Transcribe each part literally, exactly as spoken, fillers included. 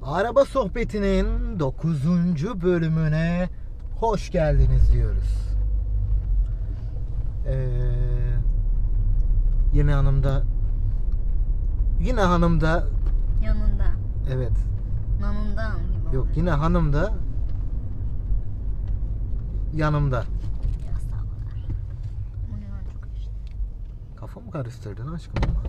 Araba sohbetinin dokuzuncu bölümüne hoş geldiniz diyoruz. Ee, yine hanımda yine hanımda Yanında. evet. Nanından gibi. Yok, yine hanımda yanımda. Ya sabırlar. Bu ne lan, çok işte. Kafamı karıştırdın aşkım ama.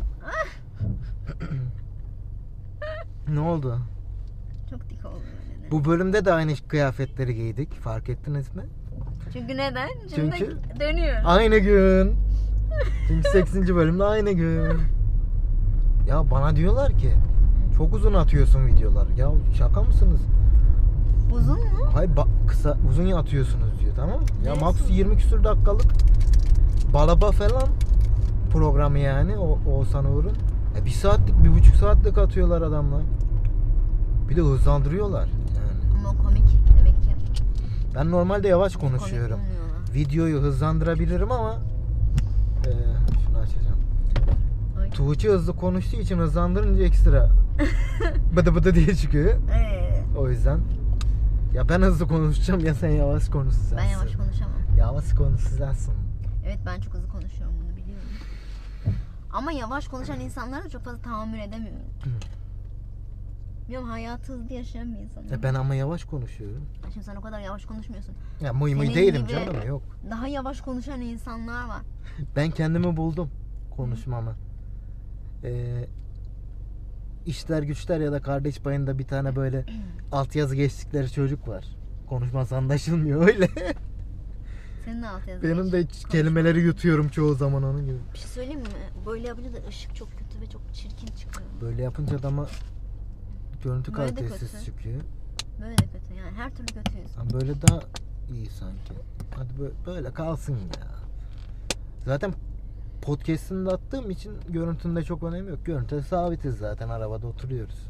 Ne oldu? Çok dik oldu öyle de. Bu bölümde de aynı kıyafetleri giydik. Fark ettiniz mi? Çünkü neden? Şimdi Çünkü dönüyor. aynı gün. Çünkü seksinci bölümde aynı gün. Ya bana diyorlar ki çok uzun atıyorsun videolar. Ya şaka mısınız? Uzun mu? Hayır bak, kısa uzun atıyorsunuz diyor, tamam mı? Ya Neresi max uzun? yirmi küsur dakikalık balaba falan programı yani o Oğuzhan Uğur'un. E bir saatlik, bir buçuk saatlik atıyorlar adamlar. Bir de hızlandırıyorlar yani. Ama o komik demek ki. Ben normalde yavaş Komik konuşuyorum. bulmuyorlar. Videoyu hızlandırabilirim ama e, şunu açacağım. Ay. Tuğçe hızlı konuştuğu için hızlandırınca ekstra bıdı bıdı diye çıkıyor. Ee, O yüzden ya ben hızlı konuşacağım ya sen yavaş konuşacaksın. ben yavaş konuşamam. Yavaş konuşacaksın. Evet, ben çok hızlı konuşuyorum, bunu biliyorum. Ama yavaş konuşan insanlara da çok fazla tahammül edemiyorum. Bilmiyorum, hayatı hızlı yaşayan bir insanım. E ben ama yavaş konuşuyorum. Şimdi sen o kadar yavaş konuşmuyorsun. Ya mıy mıy Senin değilim gibi canım, yok. Daha yavaş konuşan insanlar var. Ben kendimi buldum konuşmama. Ee, işler güçler ya da kardeş payında bir tane böyle altyazı geçtikleri çocuk var. Konuşması anlaşılmıyor öyle. Senin de alt yazı Benim geç. de Konuşma. kelimeleri yutuyorum çoğu zaman onun gibi. Bir şey söyleyeyim mi? Böyle yapınca da ışık çok kötü ve çok çirkin çıkıyor. Böyle yapınca da ama görüntü Böyle de kalitesiz kötü. çıkıyor. Böyle de kötü yani, her türlü kötüyüz. Ama böyle daha iyi sanki. Hadi böyle, böyle kalsın ya. Zaten podcast'ını da attığım için görüntünde çok önemi yok. Görüntüde sabitiz zaten, arabada oturuyoruz.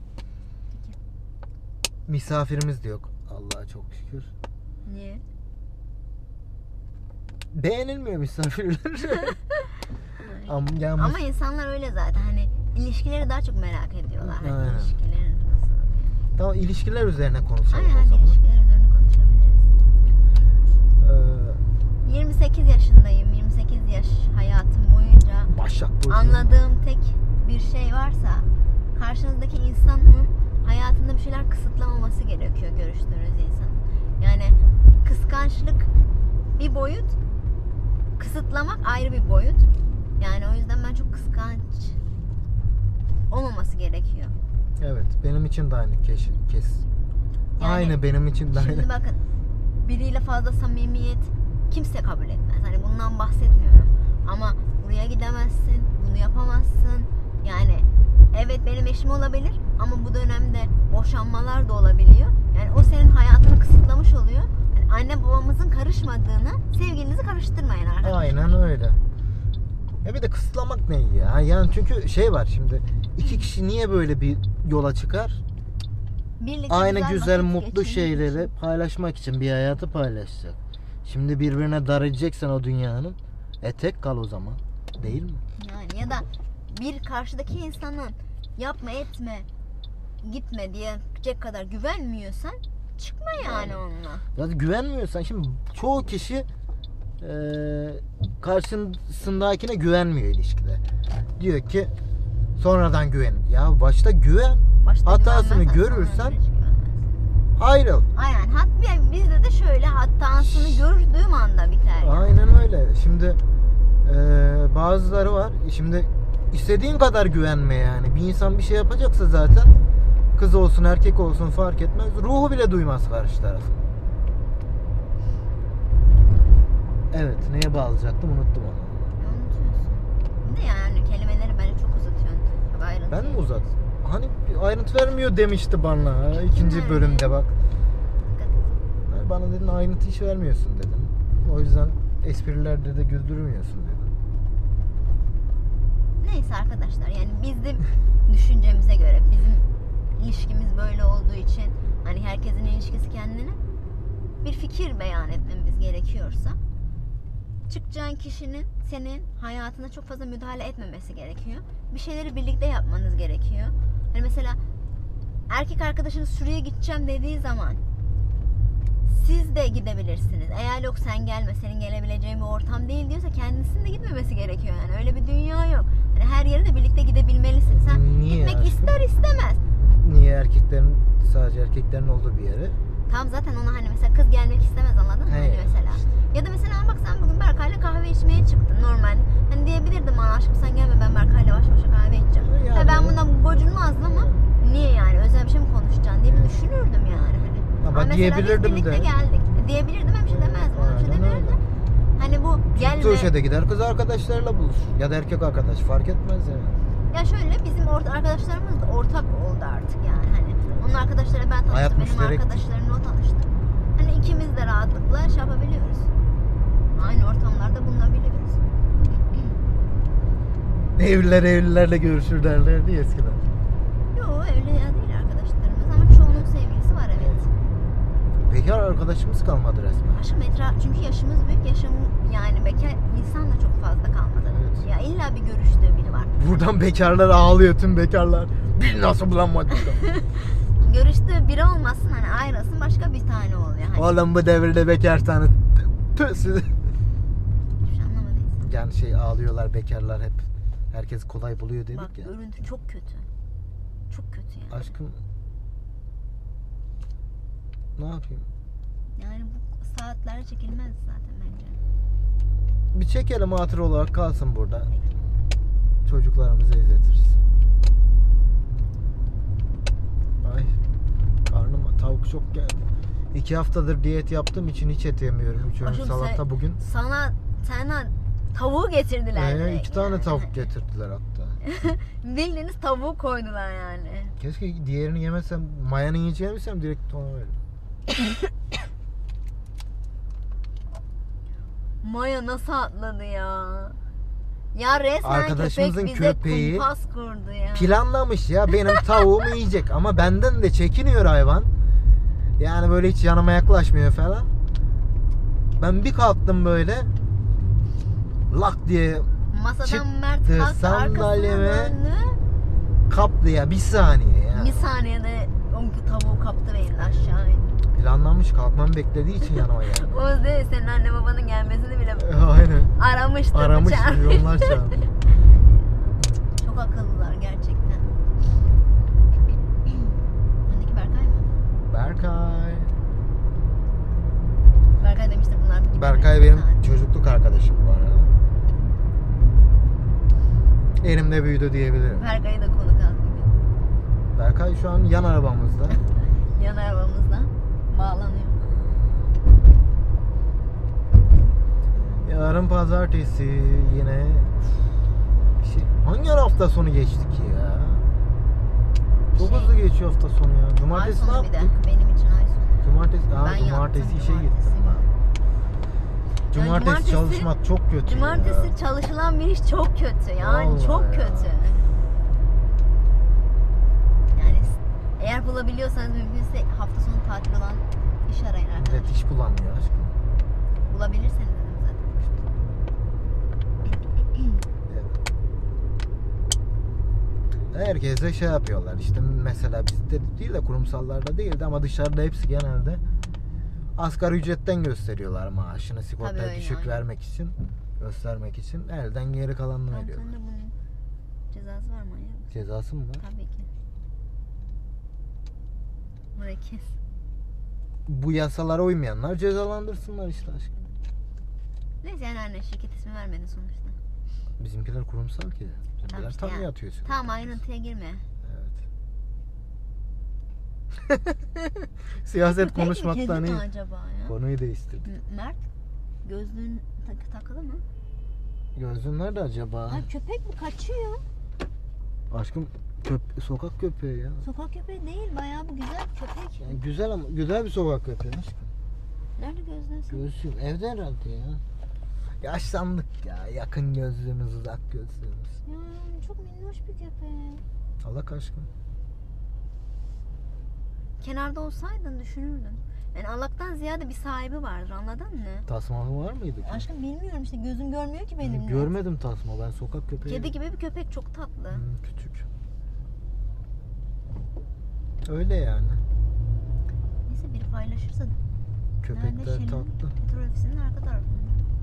Misafirimiz de yok. Allah'a çok şükür. Niye? Beğenilmiyor misafirler. Ama, yani Ama insanlar öyle zaten, hani ilişkileri daha çok merak ediyorlar. Hani Aynen. ilişkilerin nasıl? tamam, ilişkiler üzerine konuşalım Aynen, o zaman. ilişkiler üzerine konuşabiliriz. Ee, yirmi sekiz yaşındayım. yirmi sekiz yaş hayatım boyunca Başak Burcu. anladığım tek bir şey varsa, karşınızdaki insanın hayatında bir şeyler kısıtlamaması gerekiyor görüştüğünüz insanın. Yani kıskançlık bir boyut, kısıtlamak ayrı bir boyut. Yani o yüzden ben çok kıskanç olmaması gerekiyor. Evet, benim için de aynı kes. kes. Yani aynı benim için de aynı. Şimdi bakın, biriyle fazla samimiyet kimse kabul etmez. Hani bundan bahsetmiyorum. Ama buraya gidemezsin, bunu yapamazsın. Yani evet, benim eşim olabilir ama bu dönemde boşanmalar da olabiliyor. Yani o senin hayatını kısıtlamış oluyor. Yani anne babamızın karışmadığını, sevgilinizi karıştırmayın arkadaşlar. Aynen öyle. Ya bir de kısıtlamak ne ya? Yani çünkü şey var şimdi. İki kişi niye böyle bir yola çıkar? Birlikte Aynı güzel, vakit mutlu geçirmek şeyleri için. paylaşmak için bir hayatı paylaşacak. Şimdi birbirine daracaksan o dünyanın, e tek kal o zaman. Değil mi? Yani ya da bir karşıdaki insanın yapma etme gitme diyecek kadar güvenmiyorsan çıkma yani onunla. Zaten güvenmiyorsan, şimdi çoğu kişi e, karşısındakine güvenmiyor ilişkide. Diyor ki sonradan güven. Ya başta güven. Başta Hatasını güvenmezsen görürsen sonra hiç güvenmez. ayrıl. Aynen. Hatta bizde de şöyle, hatasını gördüğüm anda biter. Yani. Aynen öyle. Şimdi e, bazıları var. Şimdi istediğin kadar güvenme yani. Bir insan bir şey yapacaksa zaten, kız olsun erkek olsun fark etmez. Ruhu bile duymaz karşı taraf. Evet, neye bağlayacaktım unuttum onu. Unutuyorsun. Bir de yani kelimeleri bence çok uzatıyorsun. Çok ayrıntı. Ben mi uzat? Hani ayrıntı vermiyor demişti bana ikinci Nerede? bölümde bak. Dikkat et. Yani bana dedin ayrıntı hiç vermiyorsun dedim. O yüzden esprilerde de güldürmüyorsun dedim. Neyse arkadaşlar, yani bizim düşüncemize göre, bizim ilişkimiz böyle olduğu için, hani herkesin ilişkisi kendine, bir fikir beyan etmemiz gerekiyorsa, çıkacağın kişinin senin hayatına çok fazla müdahale etmemesi gerekiyor. Bir şeyleri birlikte yapmanız gerekiyor. Hani mesela, bir şey yapmak istediğin zaman, hani karşındaki insanın yapma etme, gitme diyecek kadar güvenmiyorsan çıkma yani onunla. Yani evet, benim eşim olabilir ama bu dönemde boşanmalar da olabiliyor. Yani o senin hayatını kısıtlamış oluyor. Hani anne babamızın karışmadığını, sevgilinizi karıştırmayın arkadaşlar. Aynen öyle. erkek arkadaşınız şuraya gideceğim dediği zaman siz de gidebilirsiniz. Eğer yok sen gelme, senin gelebileceğin bir ortam değil diyorsa kendisinin de gitmemesi gerekiyor yani. Öyle bir dünya yok. Hani her yere de birlikte gidebilmelisin. Sen Niye gitmek aşkım? ister istemez. Niye erkeklerin sadece erkeklerin olduğu bir yere? Tam zaten ona hani mesela kız gelmek istemez, anladın mı? He Hani ya, mesela. işte. Ya da mesela bak sen bugün Berkay'la kahve içmeye çıktın normal. Hani diyebilirdim bana aşkım sen gelme, ben Berkay'la baş başa kahve içeceğim. Yani. Ha, ben bundan gocunmazdım ama niye yani özel bir şey mi konuşacaksın diye bir Evet. düşünürdüm yani. Hani. Ama mesela diyebilirdim biz birlikte de. geldik. E, diyebilirdim, hem bir şey demezdim. Ona bir şey Aynen demiyorum da. öyle. Hani bu gelme. Tuttuğu de gider kız arkadaşlarıyla buluşur. Ya da erkek arkadaş fark etmez yani. Ya şöyle bizim orta arkadaşlarımız da ortak oldu artık yani. Hani onun arkadaşları ben Hayat tanıştım, benim müşterek. arkadaşlarımla o tanıştı. Hani ikimiz de rahatlıkla şey yapabiliyoruz. Aynı ortamlarda bulunabiliyoruz. Evliler evlilerle görüşür derlerdi ya eskiden. Yok öyle ya değil arkadaşlarımız ama çoğunun sevgilisi var evet. Bekar arkadaşımız kalmadı resmen. Aşkım etraf çünkü yaşımız büyük, yaşam yani bekar insan da çok fazla kalmadı. Evet. Ya illa bir görüştüğü biri var. Buradan bekarlar ağlıyor, tüm bekarlar. Bir nasıl bulamadık da. Görüştüğü biri olmasın hani ayrılsın başka bir tane oluyor. Hani Oğlum bu devirde bekar tane. Tüh sizi. hiçbir şey anlamadıysan. Yani şey ağlıyorlar bekarlar hep. Herkes kolay buluyor dedik Bak ya. görüntü çok kötü. Çok kötü yani. Aşkım. Ne yapayım? Yani bu saatlerce çekilmez zaten bence. Bir çekelim hatır olarak kalsın burada. Çocuklarımıza izletiriz. Ay. Karnıma tavuk çok geldi. İki haftadır diyet yaptığım için hiç et yemiyorum. Üç öğün Aşkım salata sen- bugün. Sana sana tavuğu getirdiler. Ee, direkt iki tane yani. tavuk getirdiler hatta. Bildiğiniz tavuğu koydular yani. Keşke diğerini yemesem, mayanı yiyeceğimi bilsem direkt ona veririm. Maya nasıl atladı ya? Ya resmen Arkadaşımızın köpek bize köpeği kumpas kurdu ya. Planlamış ya benim tavuğumu yiyecek ama benden de çekiniyor hayvan. Yani böyle hiç yanıma yaklaşmıyor falan. Ben bir kalktım böyle lak diye Masadan çıktı, Mert kalktı arkasına sandalyeme döndü. kaptı ya bir saniye ya. Bir saniyede o tavuğu kaptı ve indi aşağı indi. Planlanmış kalkmamı beklediği için yanıma geldi. O değil senin anne babanın gelmesini bile Aynen. aramıştır. Aramış bıçağı. yollar çağırmış. Çok akıllılar gerçekten. Öndeki Berkay mı? Berkay. Berkay demiştir bunlar bir Berkay benim çocukluk arkadaşım bu arada. Elimde büyüdü diyebilirim. Berkay'ı da konuk al bugün. Berkay şu an yan arabamızda. Yan arabamızdan bağlanıyor. Yarın pazartesi yine şey, hangi ara hafta sonu geçtik ya? Çok Şey- hızlı geçiyor hafta sonu ya. Ay Cumartesi ne sonu bir de yaptık? benim için ay sonu. Cumartesi, aa, Ben cumartesi yattım, işe cumartesi gittim ben. günü. Cumartesi, cumartesi- çalışmak çok kötü Cumartesi ya. çalışılan bir iş çok kötü yani Vallahi çok ya. kötü. Yani eğer bulabiliyorsanız mümkünse hafta sonu tatil olan iş arayın arkadaşlar. Millet iş bulamıyor aşkım. Bulabilirseniz dedim zaten. Evet. Herkese şey yapıyorlar işte mesela bizde değil de kurumsallarda değildi ama dışarıda hepsi genelde asgari ücretten gösteriyorlar maaşını Tabii sigortaya öyle, düşük aynen. vermek için göstermek için elden geri kalanını Tamam veriyorlar. sonra bunun cezası var mı manyak? Cezası mı var? Tabii ki. Burayı kes. Bu yasalara uymayanlar cezalandırsınlar işte aşkım. Neyse yani anne şirket ismi vermedin sonuçta. Bizimkiler kurumsal ki. Bizimkiler işte tam yani. yatıyor sürekli. Tamam ayrıntıya girme. Evet. Siyaset Köpek mi, konuşmaktan kedi mi iyi. acaba ya? Konuyu değiştirdik. M- Mert gözlüğün tak takılı mı? Gözlüğün nerede acaba? Ha, köpek mi kaçıyor? Aşkım köp sokak köpeği ya. Sokak köpeği değil bayağı bu güzel köpek. Yani güzel ama güzel bir sokak köpeği aşkım. Nerede gözlüğün sen? Gözlüğüm evde herhalde ya. Yaşlandık ya. Yakın gözlüğümüz, uzak gözlüğümüz. Ya çok minnoş bir köpek. Allah aşkım. Kenarda olsaydın düşünürdüm. Yani Allah'tan ziyade bir sahibi vardır anladın mı? Tasması var mıydı ki? Aşkım bilmiyorum işte gözüm görmüyor ki benim. net. Görmedim tasma. Ben sokak köpeği. Kedi gibi bir köpek çok tatlı. Hmm, küçük. Öyle yani. Neyse biri paylaşırsa. Nerede? Köpekler Şen'in tatlı. petrol ofisinin arka tarafında.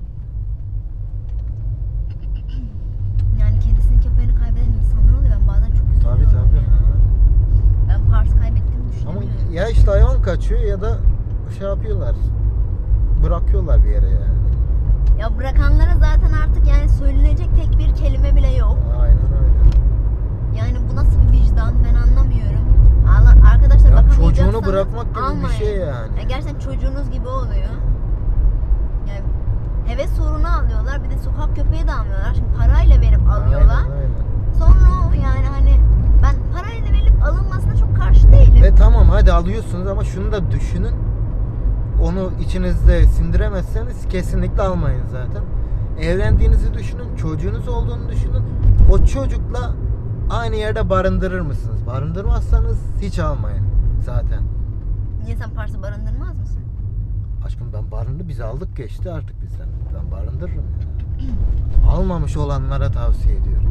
Yani kedisinin köpeğini kaybeden insanlar oluyor. Ben bazen çok Tabii üzülüyorum tabii. ya. Ben Pars kaybettiğimi Ama düşünemiyorum. ya işte hayvan kaçıyor ya da şey yapıyorlar. Bırakıyorlar bir yere yani. Ya bırakanlara zaten artık yani söylenecek tek bir kelime bile yok. Aynen öyle. Yani bu nasıl bir vicdan ben anlamıyorum. Allah, arkadaşlar Ya bakamayacaksanız çocuğunu bırakmak gibi bir almayın. şey yani. Ya gerçekten çocuğunuz gibi oluyor. Yani heves uğruna alıyorlar. Bir de sokak köpeği de almıyorlar. Şimdi parayla verip alıyorlar. Aynen öyle. Sonra o yani hani ben parayla verilip alınmasına çok karşı değilim. E tamam hadi alıyorsunuz ama şunu da düşünün. Onu içinizde sindiremezseniz kesinlikle almayın zaten. Evlendiğinizi düşünün, çocuğunuz olduğunu düşünün. O çocukla aynı yerde barındırır mısınız? Barındırmazsanız hiç almayın zaten. Niye sen Pars'ı barındırmaz mısın? Aşkım ben barındı, biz aldık geçti artık bizden. Ben barındırırım yani. Almamış olanlara tavsiye ediyorum.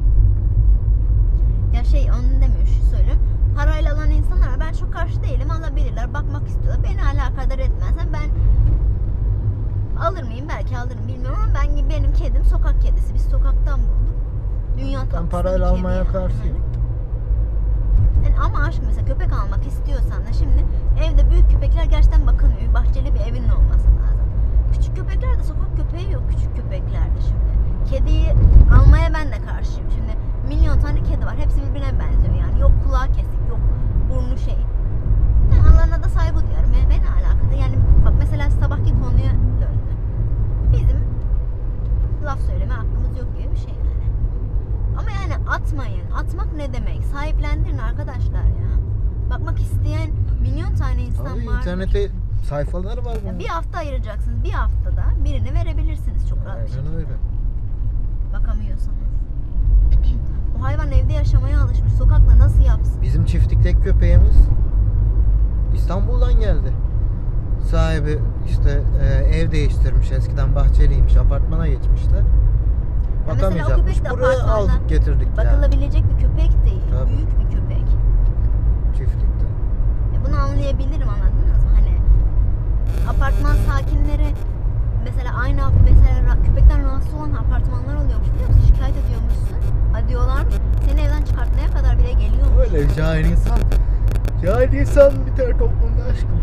Ya şey onu demiyor şu söylüyorum. Parayla alan insanlara ben çok karşı değilim. Alabilirler, bakmak istiyorlar. Beni alakadar etmezsen ben alır mıyım? Belki alırım bilmiyorum ama ben benim kedim sokak kedisi. Biz sokaktan bulduk. Dünya tatlısı Ben bir parayla kedi almaya yani. karşıyım. Yani ama aşk mesela köpek almak istiyorsan da şimdi evde büyük köpekler gerçekten bakılmıyor. Bahçeli bir evinin olması lazım. Küçük köpeklerde sokak köpeği yok küçük köpeklerde şimdi. Kediyi almaya ben de karşıyım. Şimdi milyon tane kedi var. Hepsi birbirine benziyor yani. Yok kulağı kesik, yok burnu şey. Yani Allah'ına da saygı duyuyorum. Yani beni alakalı. Yani bak mesela sabahki konuya döndü. Bizim laf söyleme hakkımız yok gibi bir şey yani. Ama yani atmayın. Atmak ne demek? Sahiplendirin arkadaşlar ya. Bakmak isteyen milyon tane insan Tabii var. internette sayfaları var bunun. Bir hafta ayıracaksınız. Bir haftada birini verebilirsiniz çok rahat bir Aynen şekilde. öyle. Bakamıyorsanız. O hayvan evde yaşamaya alışmış. Sokakta nasıl yapsın? Bizim çiftlikteki köpeğimiz İstanbul'dan geldi. Sahibi işte e, ev değiştirmiş. Eskiden bahçeliymiş. Apartmana geçmişler. mesela o Bakamayacakmış. köpek de Buraya apartmanda aldık getirdik yani. Bakılabilecek bir köpek değil. Tabii. Büyük bir köpek. Çiftlikte. E bunu anlayabilirim anladınız mı? Hani apartman sakinleri mesela aynı mesela ra- köpekten rahatsız olan apartmanlar oluyormuş biliyor musun? Şikayet ediyormuşsun. Ha diyorlarmış. Seni evden çıkartmaya kadar bile geliyormuş. Öyle cahil insan. Cahil insan biter toplumda aşkım.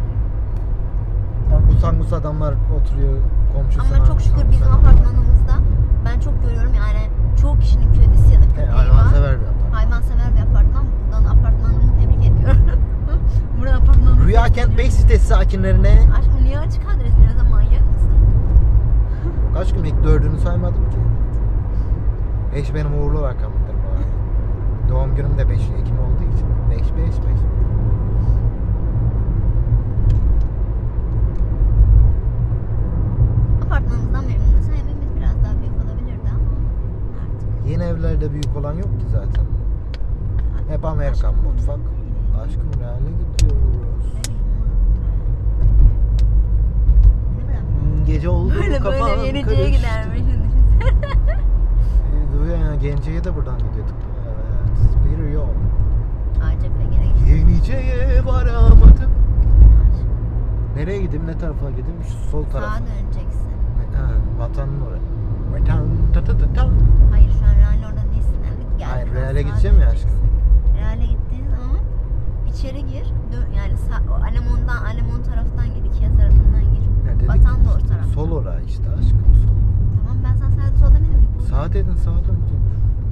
Angus angus adamlar oturuyor komşusuna. Ama çok şükür bizim apartmanımızda ben çok görüyorum yani çoğu kişinin kedisi ya da köpeği He, var. hayvansever bir apartman. Hayvansever bir apartman. Buradan apartmanımı tebrik ediyorum. Buradan apartmanımı Rüya tebrik Kent ediyorum. beş sitesi sakinlerine. Aşkım niye açık adres veriyorsun? Manyak mısın? Aşkım ilk dördünü saymadım ki. beş benim uğurlu rakamımdır bu arada. Doğum günüm de beş Ekim olduğu için. beş beş beş. Apartmanımızdan memnunuz. Evimiz biraz daha büyük olabilirdi ama artık. Yeni evlerde büyük olan yok ki zaten. Hep Amerikan Aşkım, mutfak. Aşkım reale gidiyoruz. Ne bırak? Hmm, Gece oldu Böyle mu kafam böyle yeniciye karıştı. gidermiş. Düşünsene. Ee, Dur ya Gence'ye de buradan gidiyorduk. Evet. Bir yol. Acaba gene gidiyor. Yenice'ye varamadım. Nereye gideyim, ne tarafa gideyim? Şu sol tarafa. Sağa döneceksin. Ha, vatanın oraya. Vatan ta ta ta ta. Hayır şu an Real'le orada değilsin. Yani gel Hayır, biraz Real'e sağa gideceğim ya döneceksin. aşkım. Real'e gittiğin zaman içeri gir. Dön, yani sağ, o Alemon'dan, Alemon taraftan gir. Ikea tarafından gir. Ya dedik, Vatan da o taraf. Sol oraya işte aşkım, sol. Tamam ben sana sağda sol demedim ki. Bu- Sağa dedin, sağa döneceğim.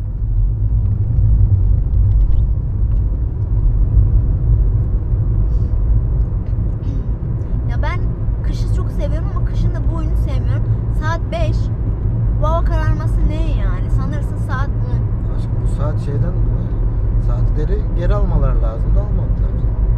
Ya ben kışı çok seviyorum ama kışın da bu oyunu sevmiyorum. Saat beş. Bu hava kararması ne yani? Sanırsın saat on. Aşkım bu saat şeyden dolayı. Saatleri geri almalar lazım da almadılar.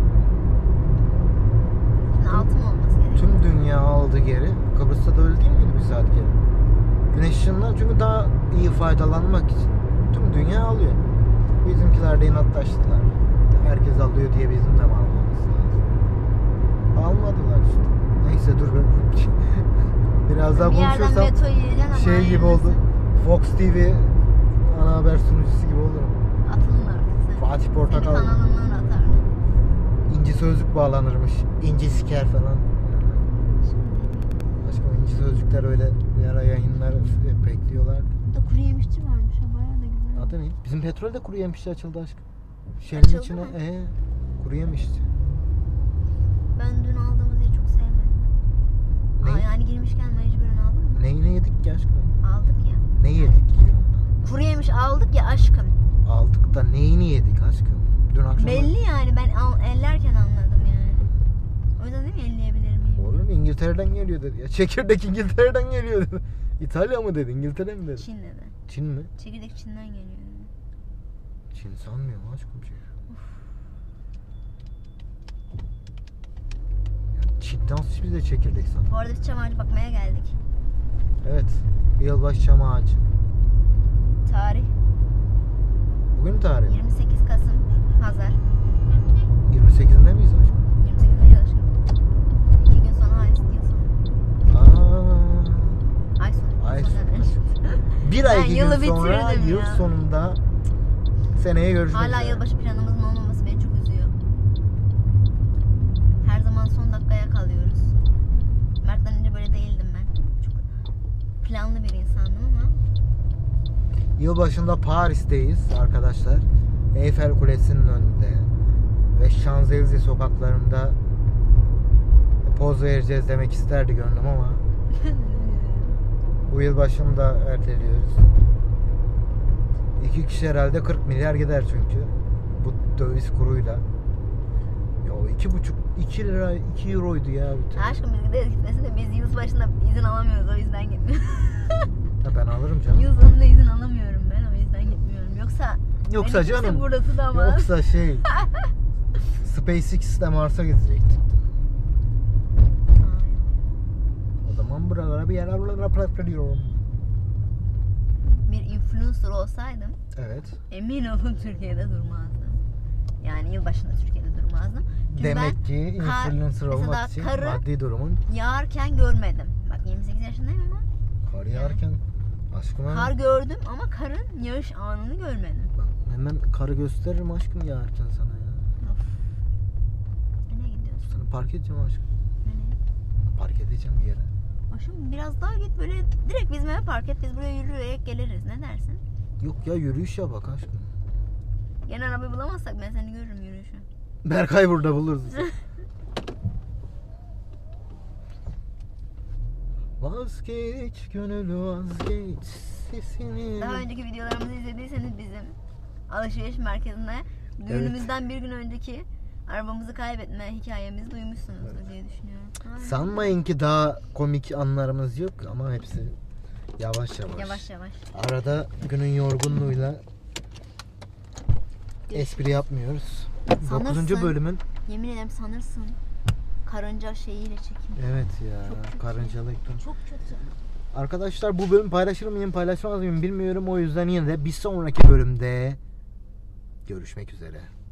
Şimdi altı mı olması gerekiyor? Tüm dünya aldı geri. Kıbrıs'ta da öyle değil miydi bir saat geri? Güneş ışığından çünkü daha iyi faydalanmak için. Tüm dünya alıyor. Bizimkiler de inatlaştılar. Herkes alıyor diye bizim de mi almamız lazım? Almadılar işte. Neyse dur ben biraz daha Bir yerden konuşursam beto yiyeceksin ama şey gibi hayırlısı. oldu. Fox T V ana haber sunucusu gibi olurum. Atılın artık sen. Fatih Portakal. Seni kanalından atarlar. İnci sözlük bağlanırmış. İnci siker falan. Başka inci sözlükler öyle bir ara yayınlar bekliyorlar. Burada kuru yemişçi varmış ha, bayağı da güzel. Adı ne? Bizim petrolde kuru yemişçi açıldı aşkım. Şeyin Açıldı içine mı? ee, kuru yemişçi. Ben dün aldığımız yeri çok sevmedim. Ne? Aa, yani girmişken mecburen aldım mı? Neyi ne yedik ki aşkım? Aldık ya. Ne yedik ki ondan? Kuru yemiş aldık ya aşkım. Aldık da neyini yedik aşkım? Dün akşam. Belli yani, ben al, ellerken anladım yani. O yüzden değil mi elleyebilir miyim? Olur mu? İngiltere'den geliyor dedi ya. Çekirdek İngiltere'den geliyor dedi. İtalya mı dedi? İngiltere mi dedi? Çin dedi. Çin mi? Çekirdek Çin'den geliyor dedi. Çin sanmıyorum aşkım Çin. Ya Çin'den nasıl bize çekirdek san? Bu arada biz çam ağacı bakmaya geldik. Evet. Yılbaşı çam ağacı. Tarih Bugün tarih. yirmi sekiz Kasım Pazar. yirmi sekizinde miyiz aşkım? yirmi sekizinde yıl aşkım. İki gün sonra ay, yıl sonu. Aa, Ay sonu. Ay Sonra- sonu. bir ay Ben iki yılı gün sonra bitirdim yıl ya. sonunda seneye görüşmek Hala üzere. yılbaşı planımızın olmaması beni çok üzüyor. Her zaman son dakikaya kalıyoruz. Mert'ten önce böyle değildim ben. Çok planlı bir insandım ama Yılbaşında Paris'teyiz arkadaşlar. Eyfel Kulesi'nin önünde ve Şanzelize sokaklarında poz vereceğiz demek isterdi gönlüm ama bu yılbaşını erteliyoruz. İki kişi herhalde kırk milyar gider çünkü bu döviz kuruyla. Ya o iki buçuk iki lira iki euroydu ya. bütün. aşkım biz gideriz gitmesin de biz yıl başında izin alamıyoruz, o yüzden gitmiyoruz. Ha, ben alırım canım. Yıl sonunda izin alamıyorum ben, o yüzden gitmiyorum. Yoksa Yoksa beni kimse canım. burada tutamaz. Yoksa şey SpaceX'le Mars'a gidecektik. Ay. O zaman buralara bir yerler bırakıyorum. Bir influencer olsaydım Evet. emin olun Türkiye'de durmazdım. Yani yılbaşında Türkiye'de durmazdım. Çünkü Demek ben ki kar- influencer olmak mesela için karı maddi durumun yağarken görmedim. Bak yirmi sekiz yaşındayım ama kar yağarken aşkım kar gördüm ama karın yağış anını görmedim. ben hemen karı gösteririm aşkım yağarken sana ya. Of. Nereye gidiyorsun? Sana park edeceğim aşkım. Nereye? Park edeceğim bir yere. Aşkım biraz daha git, böyle direkt bizim eve park et, biz buraya yürüyerek geliriz. Ne dersin? Yok ya yürüyüş ya bak aşkım. Gene arabayı bulamazsak ben seni görürüm yürüyüşü. Berkay burada buluruz. Vazgeç gönül vazgeç sesini. Daha önceki videolarımızı izlediyseniz bizim alışveriş merkezinde düğünümüzden bir gün önceki arabamızı kaybetme hikayemizi duymuşsunuzdur diye düşünüyorum. Ay. Sanmayın ki daha komik anlarımız yok ama hepsi yavaş yavaş. Yavaş yavaş. Arada günün yorgunluğuyla espri yapmıyoruz. Sanırsın. dokuzuncu bölümün Yemin ederim sanırsın karınca şeyiyle çekim. evet ya Çok kötü. karıncalı ekran. Çok kötü. Arkadaşlar bu bölüm paylaşır mıyım paylaşmaz mıyım bilmiyorum, o yüzden yine de bir sonraki bölümde görüşmek üzere.